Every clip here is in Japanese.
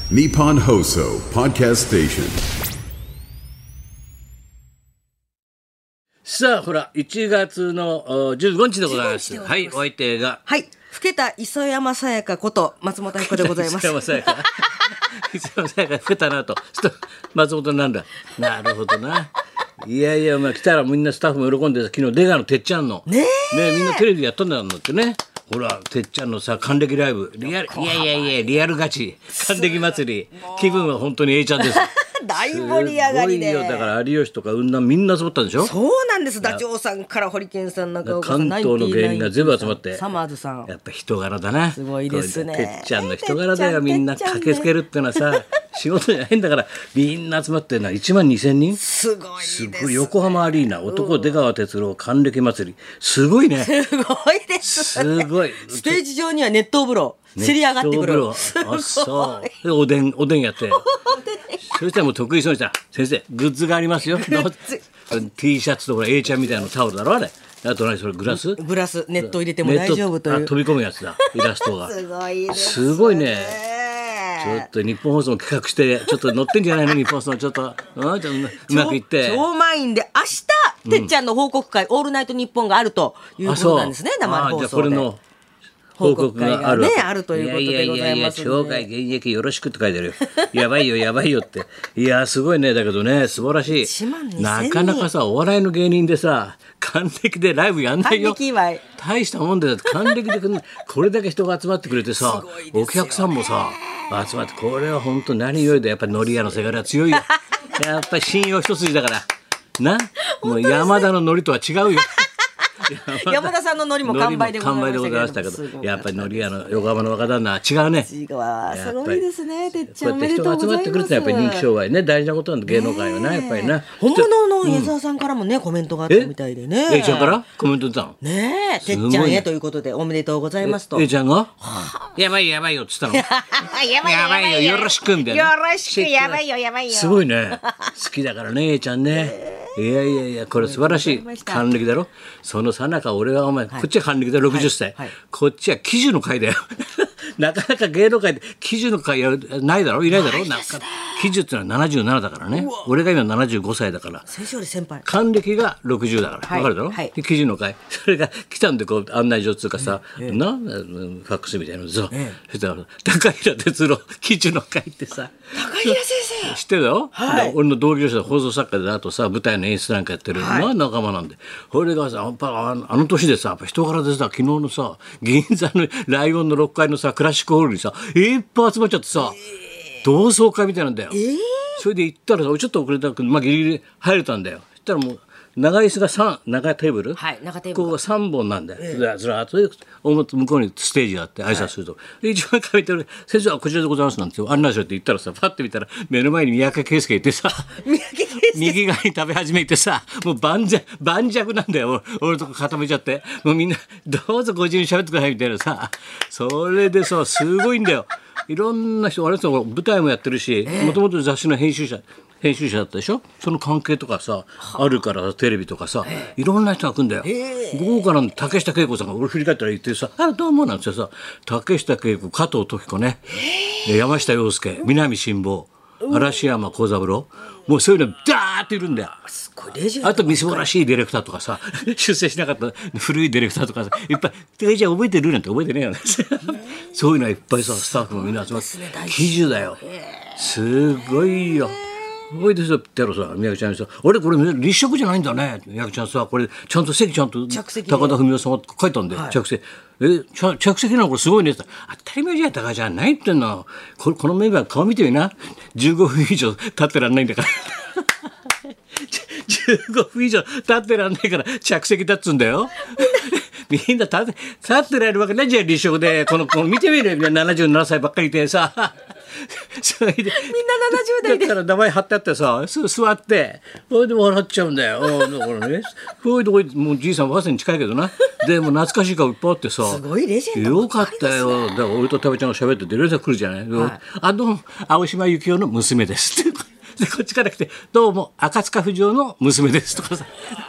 Nippon Hoso Podcast Station。 さあほら1月の15日でございます。はい、お相手がはい、老けた磯山さやかこと松本彦でございます。 磯山さやか磯山さやか老けたなと松本なんだ。なるほどな。いやいや、まあ来たらみんなスタッフも喜んでた。昨日出川のてっちゃんのねみんなテレビでやったんだってね。ほらてっちゃんのさ還暦ライブリアル、いやリアルガチ還暦祭り、気分は本当に A ちゃんです。 大盛り上がりで。 すごいよ。だから有吉とかみんな集まったんでしょ。 そうなんです。ダチョウさんからホリケンさん、中岡さん、 関東の芸人が全部集まってサマーズさん、 やっぱ人柄だな。 すごいですね。 てっちゃんの人柄だよ。みんな駆けつけるってのはさ仕事じゃないんだから。みんな集まってるのは1万2000人。 すごいです。 すごい。横浜アリーナ男出川哲朗還暦祭り、すごいね。 すごいです。 すごい。 ステージ上には熱湯風呂せり上がってくる。 あ、そうでおでんやってそしたらもう得意そうにしたら、先生グッズがありますよ。T シャツとこれ A ちゃんみたいなタオルだろあれ。あと何それグラスネット入れても大丈夫という。 飛び込むやつだイラストが。 すごいです。 すごいね。ちょっと日本放送も企画してちょっと乗ってんじゃないの。日本放送ちょっとうまくいって超満員で明日、てっちゃんの報告会、オールナイトニッポンがあるということなんですね。生放送で。 じゃあこれの報告があるわけ。 あるということでございます。 町会現役よろしくって書いてあるよ。やばいよって。いやすごいね。だけどね素晴らしい。なかなかさお笑いの芸人でさ還暦でライブやんないよ。大したもんで。だって還暦でこれだけ人が集まってくれてさお客さんもさ集まって、これは本当何よりだ。やっぱりノリ屋のせがれは強いよ。やっぱり信用一筋だからな。もう山田のノリとは違うよ。 山田さんのノリも完売でございましたけど、 やっぱりノリ屋の横浜の若旦那は違うね。 すごいですね。てっちゃんこうやって人が集まってくるってやっぱり人気商売ね、大事なことなんだ芸能界はね。やっぱりな本物の江沢さんからもねコメントがあったみたいでね。 A ちゃんからコメント出たのね。てっちゃんへということでおめでとうございますと。 A ちゃんがやばいよっつったの。やばいよよろしくみたいな。 よろしくやばいよ。 すごいね。好きだからね A ちゃんね。いやこれ素晴らしい還暦だろ。そのさなか俺はお前こっちは還暦だ60歳、こっちは喜寿の会だよ。なかなか芸能界で喜寿の会ないだろいないだろ。なんか喜寿ってのは77だからね。俺が今75歳だから先生より先輩。 還暦が60だから分かるだろ。喜寿の会それが来たんでこう案内状つうかさファックスみたいなのさそしたら高平哲郎喜寿の会ってさ。 高平先生知ってるだろ。俺の同業者で放送作家であとさ舞台の演出なんかやってる仲間なんで、これがさやっぱあの年でさやっぱ人柄でさ昨日のさ銀座のライオンの6階のさクラシックホールにさいっぱい集まっちゃってさ、同窓会みたいなんだよ。それで行ったらちょっと遅れたけどギリギリ入れたんだよ。そしたらもう長椅子が長テーブル、ここが3本なんだよ。ずらっと向こうにステージがあって挨拶すると、一番上見てる先生はこちらでございますなんて案内しろって言ったらさパッて見たら目の前に三宅圭介いてさ右側に食べ始めてさもう盤石なんだよ。俺のとこ固めちゃってもうみんなどうぞご自由に喋ってくださいみたいなさ。それでさすごいんだよ。いろんな人あれさ舞台もやってるしもともと雑誌の編集者だったでしょ。その関係とかさあるからテレビとかさいろんな人が来るんだよ。豪華な竹下恵子さんが俺振り返ったら言ってさ「どうも」なんてさ竹下恵子加藤登紀子ね山下洋輔南辛坊嵐山幸三郎もうそういうのダーッといるんだよ。あとみすぼらしいディレクターとかさ出世しなかった古いディレクターとかさいっぱい「てかじゃあ覚えてる?」なんて覚えてねえよね。そういうのはいっぱいさスタッフもみんな集まって喜寿だよ。すごいよ。覚えてるってやろさ宮城ちゃんにさ「俺これ立食じゃないんだね」宮城ちゃんさこれちゃんと席ちゃんと高田文夫さんが書いたんで、着席着席なのこれすごいねって当たり前じゃん高田ちゃん何言ってんのこのメンバー顔見てみな15分以上立ってらんないんだから15分以上立ってらんないから着席立つんだよ。みんな立ってられるわけないじゃん立食でこの見てみるよ77歳ばっかりいてさそれでみんな 70代でだから名前貼ってあってさ座ってそれで笑っちゃうんだよ。だからねそういうとこもうじいさん若さに近いけどなでも懐かしい顔いっぱいあってさすごいレジェンドよかったよ。だから俺と食べちゃんが喋ってディレクター来るじゃない、どうも青島幸男の娘ですってでこっちから来てどうも赤塚不二夫の娘ですとかさ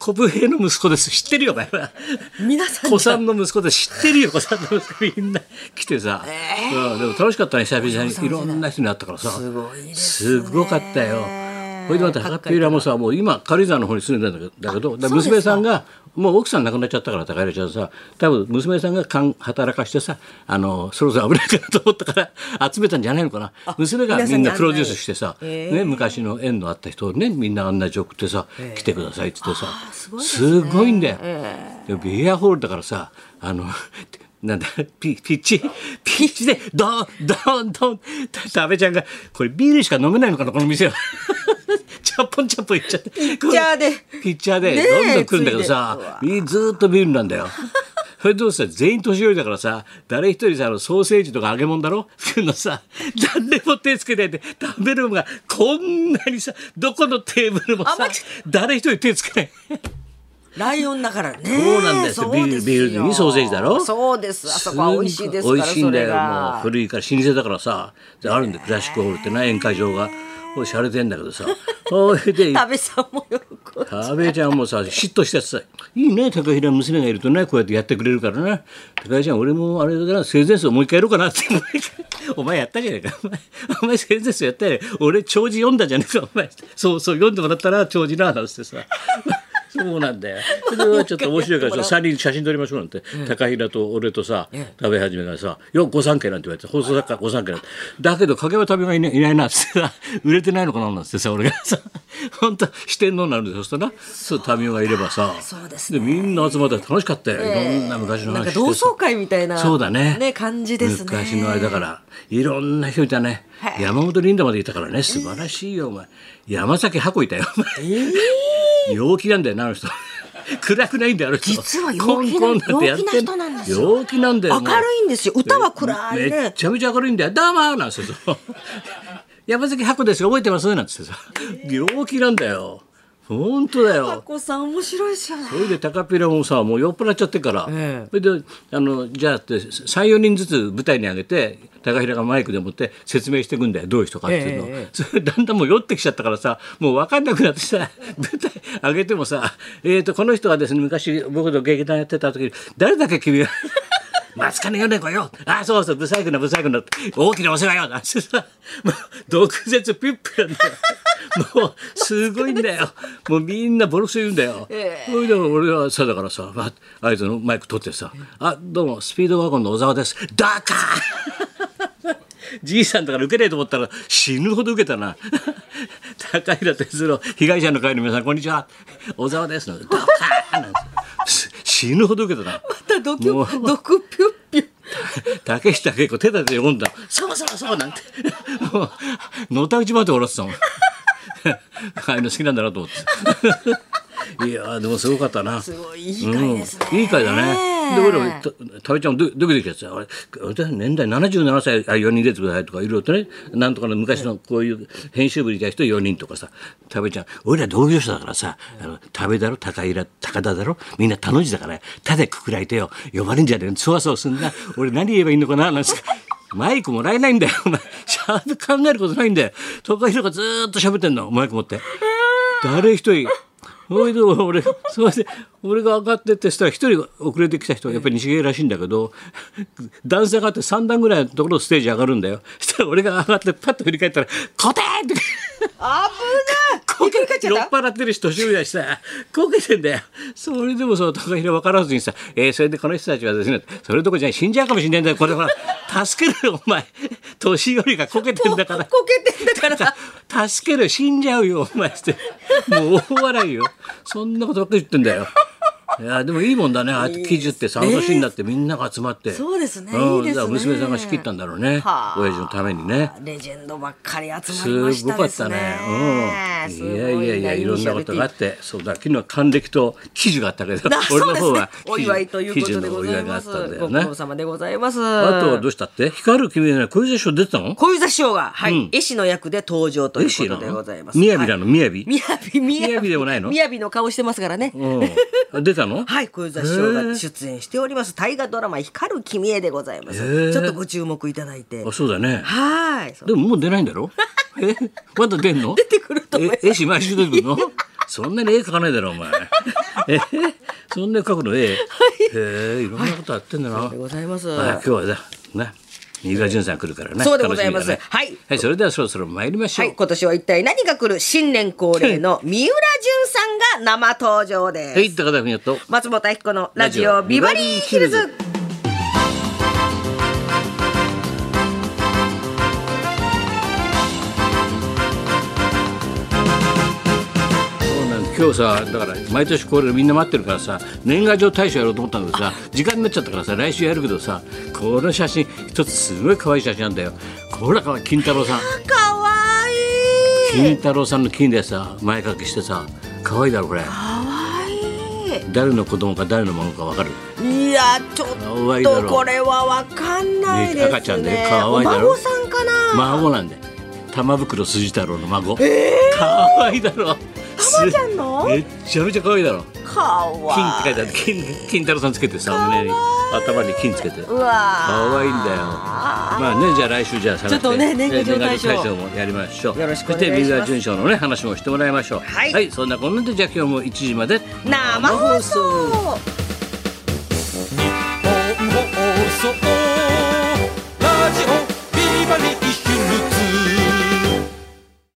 小武平の息子です。知ってるよお前は。 皆さん子さんの息子で知ってるよ。子さんの息子みんな来てさ、でも楽しかったね。久々にいろんな人に会ったからさ、 すごいですね。 すごかったよ。それでまた高っ平もさ、もう今軽井沢の方に住んでるんだけど、娘さんがもう奥さん亡くなっちゃったから高平ちゃんさ、多分娘さんが働かしてさ、そろそろ危ないかなと思ったから集めたんじゃないのかな。娘がみんなプロデュースしてさ、ね、昔の縁のあった人をねみんな案内状送ってさ、来てくださいって言ってさ、すごいんだよ。でビアホールだからさ、なんだピッチでドンドンドン。多部ちゃんがこれビールしか飲めないのかなこの店は。チャッポンチャッポンいっちゃってピッチャーでどんどん来るんだけどさ、ずっとビールなんだよ。それどうさ全員年寄りだからさ、誰一人さソーセージとか揚げ物だろ作るのさ、誰も手つけないで食べるのがこんなにさ、どこのテーブルもさ誰一人手つけない。 ライオンだからね。 そうなんですよ。ビールにソーセージだろ。 そうです。あそこは美味しいですから。 美味しいんだよ。もう古いから老舗だからさ、あるんでクラシックホールってな宴会場が。これ洒落てんだけどさ、それで多部さんも喜んで。 多部ちゃんもさ嫉妬してさ、いいね高平娘がいるとねこうやってやってくれるからね。高平ちゃん俺もあれだから生前葬もう一回やろうかなって。お前やったじゃないか。お前生前葬やったよ。俺弔辞読んだじゃねえかお前。そう読んでもらったら弔辞ななんつってさ。そうなんだよ。それはちょっと面白いから3人写真撮りましょうなんて、高平と俺とさ食べ始めがさ「よ御三家」なんて言われて、放送作家御三家なんてだけど影は食べがいないなっつってさ、売れてないのかななんつってさ、俺がさ本当四天王になるんですよ。そしたらそう民生がいればさ、でみんな集まって楽しかったよ。いろんな昔の話してさ、 なんか同窓会みたいなそうだね感じですね。 昔のあれだからいろんな人いたね。山本リンダまでいたからね、素晴らしいよお前。山崎箱いたよお前。陽気なんだよなあの人。暗くないんだよあの人。 実は陽気な人なんですよ。 陽気なんだよ。 明るいんですよ。歌は暗いね。 めちゃめちゃ明るいんだよ。どうもなんですよ。山崎箱ですよ覚えてますなんつってさ、陽気なんだよ。本当だよ。 箱さん面白いですよね。 それで高ピラもさもう酔っ払っちゃってから、それでじゃあって3、4人ずつ舞台に上げて高平がマイクで持って説明していくんだよ、どういう人かっていうの、それだんだんもう酔ってきちゃったからさ、もう分かんなくなってさ、舞台上げてもさこの人はですね昔僕と劇団やってた時に誰だっけ君は松金米子よ、あそうそうブサイクな大きなお世話よなんてさ、もう毒舌ピュッピュなんだよ。もうすごいんだよ。もうみんなボロクソ言うんだよ。それでも俺はさだからさあいつのマイク取ってさ、あどうもスピードワゴンの小沢です。だかじいさんだから受けないと思ったら死ぬほど受けたな。高平哲郎被害者の会の皆さんこんにちは、小沢ですの。だかなんて死ぬほど受けたな。 また毒ピュッピュ。 竹下結構手立てて読んだ。そうなんて。もうのたうちまで笑ってたもん。ああいうの好きなんだなと思って。いやでもすごかったな。 すごいいい回ですね。 いい回だね。で俺は食べちゃんドキドキしたやつ。俺年代77歳4人出てくださいとかいろいろとね、なんとかの昔のこういう編集部にいた人4人とかさ、食べちゃん俺ら同業者だからさ、食べだろ高平高田だろみんな楽しだから他でくくられてよ呼ばれんじゃねえそわそわすんだ。俺何言えばいいのかななんて。マイクもらえないんだよお前。考えることないんだよ。高平がずーっと喋ってんのマイク持って。誰一人。それで俺が上がってってしたら一人遅れてきた人はやっぱり西芸らしいんだけど、段差があって3段ぐらいのところステージ上がるんだよ。そしたら俺が上がってパッと振り返ったらコテーって危ない酔っ払ってる人年寄りだしさこけてんだよ。それでも高平分からずにさ、それでこの人たちはですねそれどころじゃない死んじゃうかもしれないんだよこれほら助けるよお前年寄りがこけてんだから助ける死んじゃうよお前ってもう大笑いよ。そんなことばっかり言ってんだよ。いやでもいいもんだね。ああやって記事って3のシーンになってみんなが集まって。 そうですね、いいですね。 娘さんが仕切ったんだろうね、親父のためにね。 レジェンドばっかり集まりましたですね。 すごかったね。いやいろんなことがあって、そうだ昨日は還暦と喜寿があったけど、俺の方はお祝いということでございます。ご苦労様でございます。 あとはどうしたって光る君は小遊三師匠出てたの？ 小遊三師匠が絵師の役で登場ということでございます。 雅なの？雅でもないの？ 雅の顔してますからね。 出たの？ はい、小遊三師匠が出演しております大河ドラマ光る君へでございます。ちょっとご注目いただいて。 あ、そうだね。 はい。 でももう出ないんだろ？まだ出んの？ 出てくると思います。 絵師毎週出てくるの？そんなに絵描かないだろお前。 そんな書くのへえ、いろんなことやってんだな。 でございます。 今日はね三浦淳さん来るからね。 そうでございます。 楽しみだね。 はい。 はい、それではそろそろ参りましょう。 はい、今年は一体何が来る？新年恒例の三浦淳さんが生登場です。 はい、高田文夫と松本明子のラジオビバリーヒルズ。 今日さ、だから毎年これみんな待ってるからさ、年賀状大賞やろうと思ったんだけどさ、時間になっちゃったからさ、来週やるけどさ、この写真一つすごい可愛い写真なんだよ。これは金太郎さん、 かわいい。 金太郎さんの金でさ、前掛けしてさ、可愛いだろこれ。 かわいい。 誰の子供か誰のものかわかる？ いや、ちょっとこれはわかんないですね。 赤ちゃんで可愛いだろ。 お孫さんかな。 孫なんで、玉袋筋太郎の孫。可愛いだろ。 玉ちゃんの？ めっちゃめちゃ可愛いだろ。 かわいい。 金って書いてある。金太郎さんつけてさ、胸に頭に金つけて。 うわ可愛いんだよ。まあね、じゃあ来週じゃあちょっとね、年賀状大賞もやりましょう。 よろしくお願いします。 そして三浦淳賞のね話もしてもらいましょう。 はい、 そんなこんなでじゃあ今日も1時まで生放送。 日本放送